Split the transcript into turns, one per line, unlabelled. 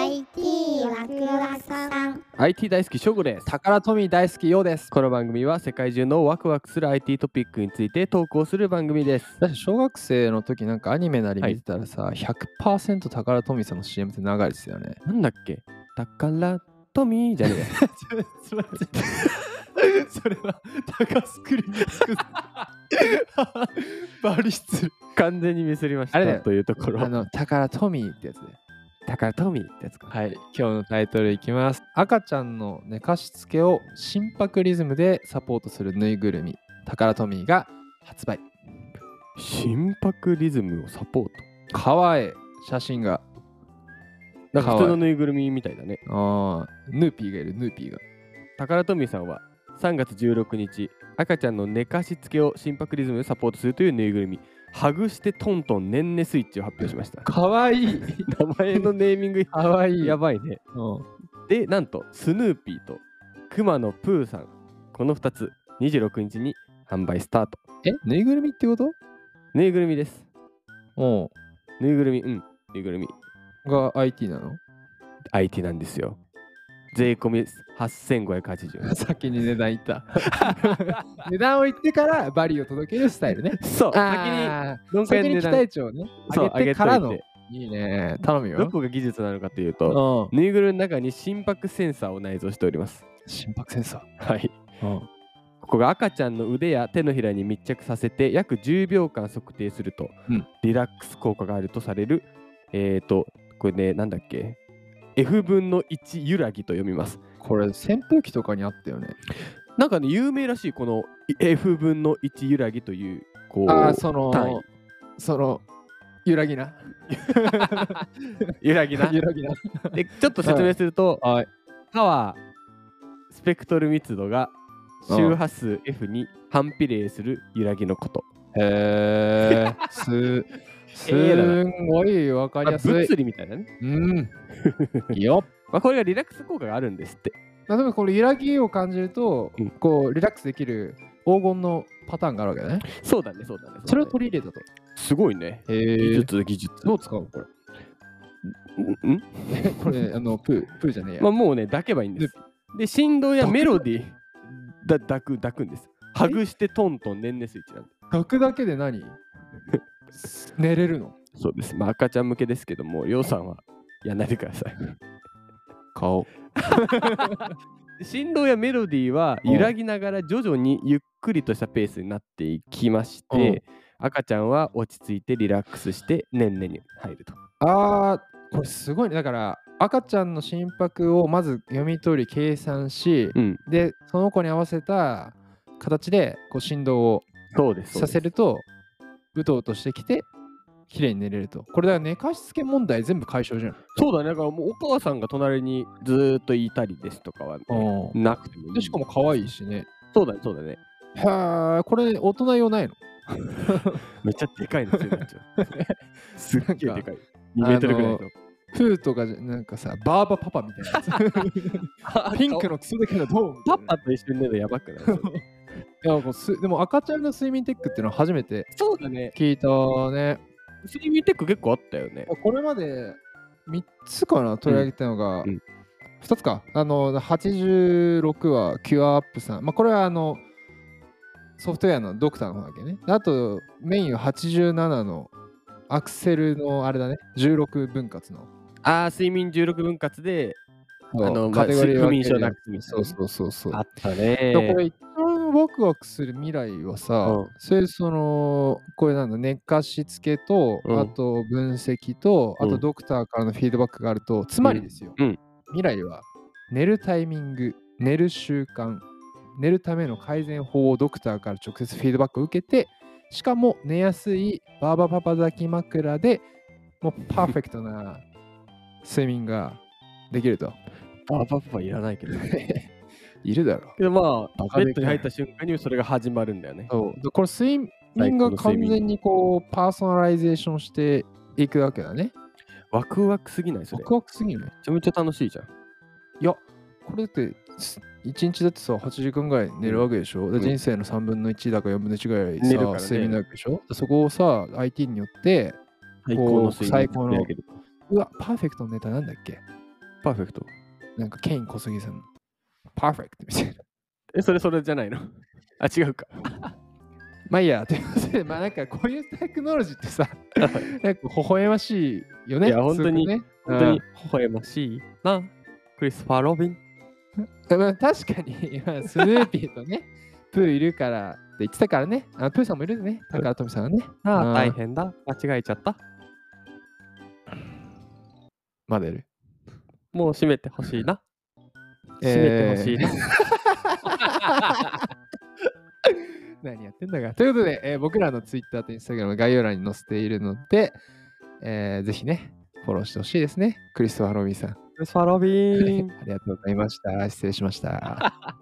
IT ワクワクさん。
IT 大好きショゴです。
タカラトミー大好きようです。
この番組は世界中のワクワクする IT トピックについて投稿する番組です。
だって小学生の時なんかアニメなり見てたらさ、100% タカラトミーさんの CM って長いですよね。
なんだっけ、タカラトミーじゃねえ
それはタカスクリに作ったバリ失礼。
完全にミスりまし
あれだよ
たというところ。
タカラトミーってやつで。
タカラトミーってやつか。
はい、今日のタイトルいきます。赤ちゃんの寝かしつけを心拍リズムでサポートするぬいぐるみタカラトミーが発売。
心拍リズムをサポート。
かわいい写真が。
なんか普通のぬいぐるみみたいだね。
ああ、ヌーピーがいる、ヌーピーが。
タカラトミーさんは3月16日、赤ちゃんの寝かしつけを心拍リズムでサポートするというぬいぐるみ、ハグしてトントンねんねスイッチを発表しました。
かわいい。
名前のネーミング
かわいい。
やばいね。で、なんとスヌーピーとクマのプーさん、この2つ26日に販売スタート。
ぬいぐるみってこと？
ぬいぐるみです。
おう。
ぬいぐるみ、ぬいぐるみ。
が IT なの？
IT なんですよ。税込み8580円。
先に値段言った。値段を言ってからバリを届けるスタイルね。
そう、
先に期待値をね、
そう
上げてからの。
上げと
いいね。頼むよ。
どこが技術なのかというと、ぬいぐるみの中に心拍センサーを内蔵しております。
心拍センサ
ー。はい。ここが赤ちゃんの腕や手のひらに密着させて約10秒間測定すると、リラックス効果があるとされる、これね、なんだっけ、F 分の1揺らぎと読みます。
これ扇風機とかにあったよね。
なんかね、有名らしい、この F 分の1揺らぎという、こう、
その揺らぎな。
揺らぎな。
揺らぎな。
で、ちょっと説明すると、パワー、スペクトル密度が周波数 F に反比例する揺らぎのこと。
へー。すんごいわかりやすい。
物理みたいなね。
いいよ。
これがリラックス効果があるんですって。
例えばこれ揺らぎを感じると、こうリラックスできる黄金のパターンがあるわけだね。
そうだね、そうだね。
それを取り入れたと。
すごいね。技術。
どう使うのこれ？これ、プーじゃねえや。
もうね、抱けばいいんです。で、振動やメロディー抱くんです。ハグしてトントンねんねスイッチなんで。
抱くだけで何？寝れるの？
そうです。赤ちゃん向けですけども、りょうさんはやんないでください。
顔。
振動やメロディーは揺らぎながら徐々にゆっくりとしたペースになっていきまして、赤ちゃんは落ち着いてリラックスしてねんねに入ると。
これすごいね。だから赤ちゃんの心拍をまず読み取り計算し、でその子に合わせた形でこう振動をさせるとうとうとしてきて綺麗に寝れると。これだから寝かしつけ問題全部解消じゃん。
そうだね。だからもうお母さんが隣にずーっといたりですとかはなくてもいい。
でしかも可愛いしね。
そうだね、そうだね。
はあ、これ大人用ないの？
めっちゃでかいのついてる。すっげえでかい。2メートルぐらいの。
プーとかなんかさ、バーバパパみたいなやつ。ピンクのクソでかいのどう？
パパと一緒に寝るのやばくない？
いやでも赤ちゃんの睡眠テックっていうのは初めて聞いたね。
睡眠テック結構あったよね。
これまで3つかな取り上げたのが、2つか。86はキュアアップさん。これはソフトウェアのドクターの方だけね。あとメインは87のアクセルのあれだね。16分割の。
睡眠16分割で、
カテゴリー
不眠症なくすみたい
な。そう。
あったね。
これ一番ワクワクする未来はさ、これなんだ、寝かしつけと、あと分析と、あとドクターからのフィードバックがあると、つまりですよ、未来は寝るタイミング、寝る習慣、寝るための改善法をドクターから直接フィードバックを受けて、しかも寝やすいバーバパパ抱き枕でもうパーフェクトな睡眠ができると。
バーバパパいらないけど
いるだろう。
けどベッドに入った瞬間にそれが始まるんだよね。
これ睡眠が完全にこうパーソナライゼーションしていくわけだね。
ワクワクすぎない？それ。
ワクワクすぎない？
めちゃめちゃ楽しいじゃん。
いや、これだって1日だってさ、8時間ぐらい寝るわけでしょ。人生の3分の1だか4分の1ぐらいさ、睡眠なわけでしょ。そこをさ、IT によって
最高の
うわ、パーフェクトのネタなんだっけ？
パーフェクト。
なんかケイン小杉さんのパーフェクトみたいな。
それじゃないのあ、違うか。
まあいいや、ということで、まあなんかこういうテクノロジーってさ、なんか微笑ましいよね。
いや、本当に、
ね、
本当に微笑ましいな。クリスファー・ロビン。
まあ、確かに、まあ、スヌーピーとね、プーいるからって言ってたからね。プーさんもいるね。高富さんはね。
大変だ。間違えちゃった。
まだいる。
もう閉めてほしいな。閉めてほしいな。
何やってんだか。ということで、僕らの Twitter と Instagram 概要欄に載せているので、ぜひね、フォローしてほしいですね。クリストファー・ロビンさん。
クリスファー・ロビン。
ありがとうございました。失礼しました。